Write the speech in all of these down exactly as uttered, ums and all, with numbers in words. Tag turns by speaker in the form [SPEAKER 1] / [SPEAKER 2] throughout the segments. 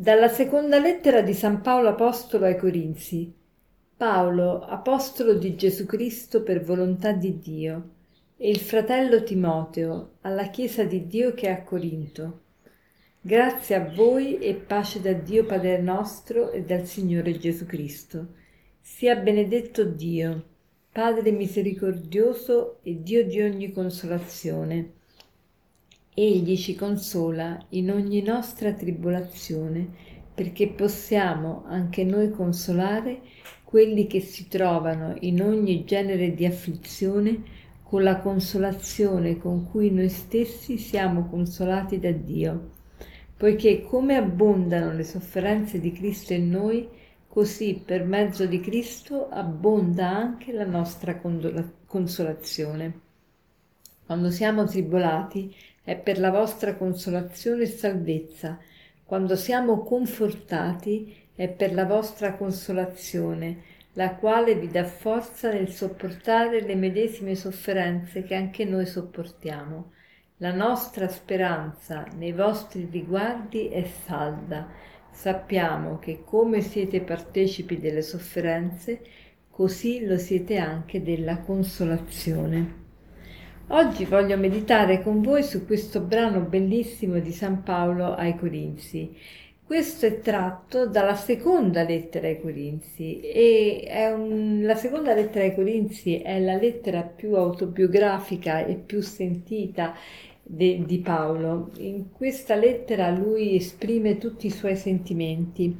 [SPEAKER 1] Dalla seconda lettera di San Paolo Apostolo ai Corinzi. Paolo, apostolo di Gesù Cristo per volontà di Dio, e il fratello Timoteo, alla Chiesa di Dio che è a Corinto. Grazie a voi e pace da Dio Padre nostro e dal Signore Gesù Cristo. Sia benedetto Dio, Padre misericordioso e Dio di ogni consolazione. Egli ci consola in ogni nostra tribolazione, perché possiamo anche noi consolare quelli che si trovano in ogni genere di afflizione con la consolazione con cui noi stessi siamo consolati da Dio. Poiché come abbondano le sofferenze di Cristo in noi, così per mezzo di Cristo abbonda anche la nostra consolazione. Quando siamo tribolati è per la vostra consolazione e salvezza. Quando siamo confortati è per la vostra consolazione, la quale vi dà forza nel sopportare le medesime sofferenze che anche noi sopportiamo. La nostra speranza nei vostri riguardi è salda. Sappiamo che come siete partecipi delle sofferenze, così lo siete anche della consolazione. Oggi voglio meditare con voi su questo brano bellissimo di San Paolo ai Corinzi. Questo è tratto dalla seconda lettera ai Corinzi e è un, la seconda lettera ai Corinzi è la lettera più autobiografica e più sentita de, di Paolo. In questa lettera lui esprime tutti i suoi sentimenti.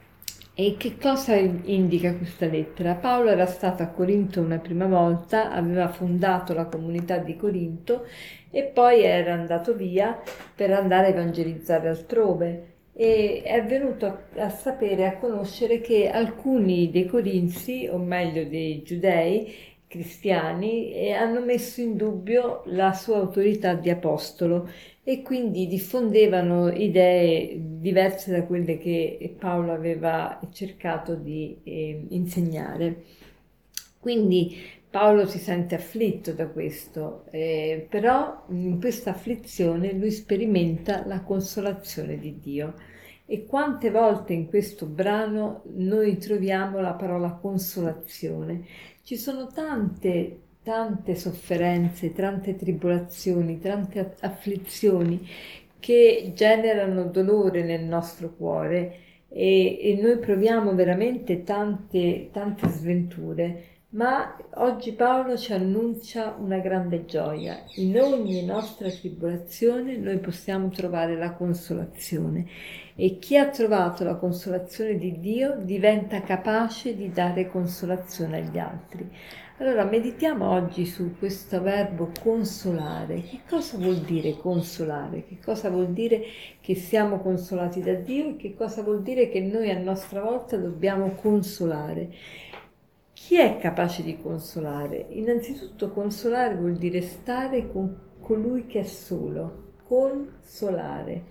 [SPEAKER 1] E che cosa indica questa lettera? Paolo era stato a Corinto una prima volta, aveva fondato la comunità di Corinto e poi era andato via per andare a evangelizzare altrove. E è venuto a, a sapere, a conoscere che alcuni dei corinzi, o meglio dei giudei cristiani, eh, hanno messo in dubbio la sua autorità di apostolo e quindi diffondevano idee diverse da quelle che Paolo aveva cercato di eh, insegnare. Quindi Paolo si sente afflitto da questo, eh, però in questa afflizione lui sperimenta la consolazione di Dio. E quante volte in questo brano noi troviamo la parola consolazione? Ci sono tante, tante sofferenze, tante tribolazioni, tante afflizioni che generano dolore nel nostro cuore e, e noi proviamo veramente tante, tante sventure. Ma oggi Paolo ci annuncia una grande gioia. In ogni nostra tribolazione noi possiamo trovare la consolazione e chi ha trovato la consolazione di Dio diventa capace di dare consolazione agli altri. Allora meditiamo oggi su questo verbo consolare. Che cosa vuol dire consolare? Che cosa vuol dire che siamo consolati da Dio e che cosa vuol dire che noi a nostra volta dobbiamo consolare? Chi è capace di consolare? Innanzitutto consolare vuol dire stare con colui che è solo, consolare.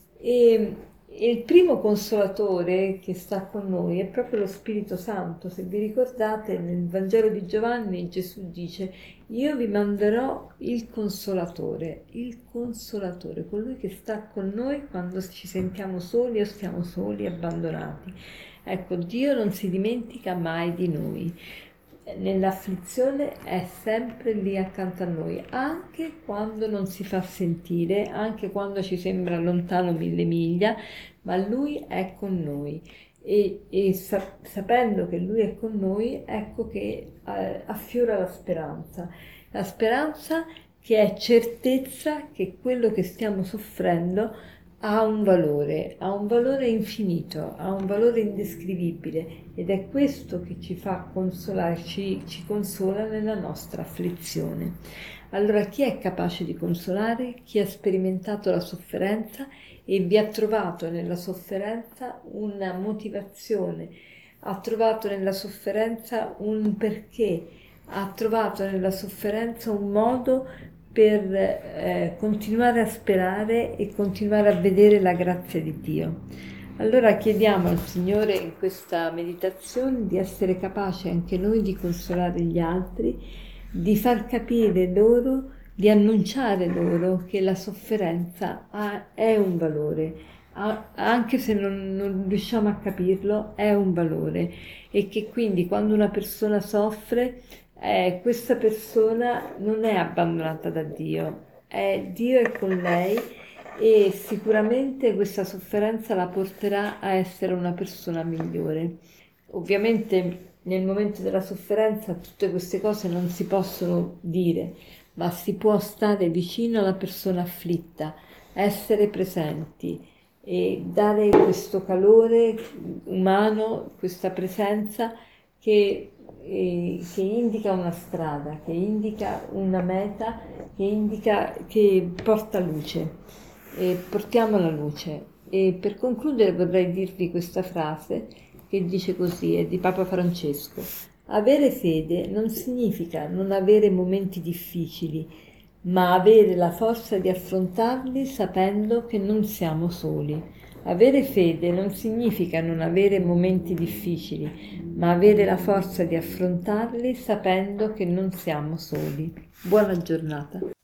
[SPEAKER 1] E il primo consolatore che sta con noi è proprio lo Spirito Santo. Se vi ricordate, nel Vangelo di Giovanni Gesù dice: io vi manderò il consolatore, il consolatore, colui che sta con noi quando ci sentiamo soli o stiamo soli, abbandonati. Ecco, Dio non si dimentica mai di noi. Nell'afflizione è sempre lì accanto a noi, anche quando non si fa sentire, anche quando ci sembra lontano mille miglia, ma Lui è con noi e, e sa- sapendo che Lui è con noi, ecco che eh, affiora la speranza, la speranza che è certezza che quello che stiamo soffrendo ha un valore, ha un valore infinito, ha un valore indescrivibile ed è questo che ci fa consolare, ci, ci consola nella nostra afflizione. Allora chi è capace di consolare? Chi ha sperimentato la sofferenza e vi ha trovato nella sofferenza una motivazione, ha trovato nella sofferenza un perché, ha trovato nella sofferenza un modo per eh, continuare a sperare e continuare a vedere la grazia di Dio. Allora chiediamo al Signore in questa meditazione di essere capaci anche noi di consolare gli altri, di far capire loro, di annunciare loro che la sofferenza ha, è un valore, a- anche se non, non riusciamo a capirlo, è un valore e che quindi quando una persona soffre, eh, questa persona non è abbandonata da Dio, è Dio è con lei e sicuramente questa sofferenza la porterà a essere una persona migliore. Ovviamente nel momento della sofferenza tutte queste cose non si possono dire, ma si può stare vicino alla persona afflitta, essere presenti e dare questo calore umano, questa presenza che, eh, che indica una strada, che indica una meta, che indica, che porta luce. E portiamo la luce. E per concludere vorrei dirvi questa frase che dice così, è di Papa Francesco. Avere fede non significa non avere momenti difficili, ma avere la forza di affrontarli sapendo che non siamo soli. Avere fede non significa non avere momenti difficili, ma avere la forza di affrontarli sapendo che non siamo soli. Buona giornata.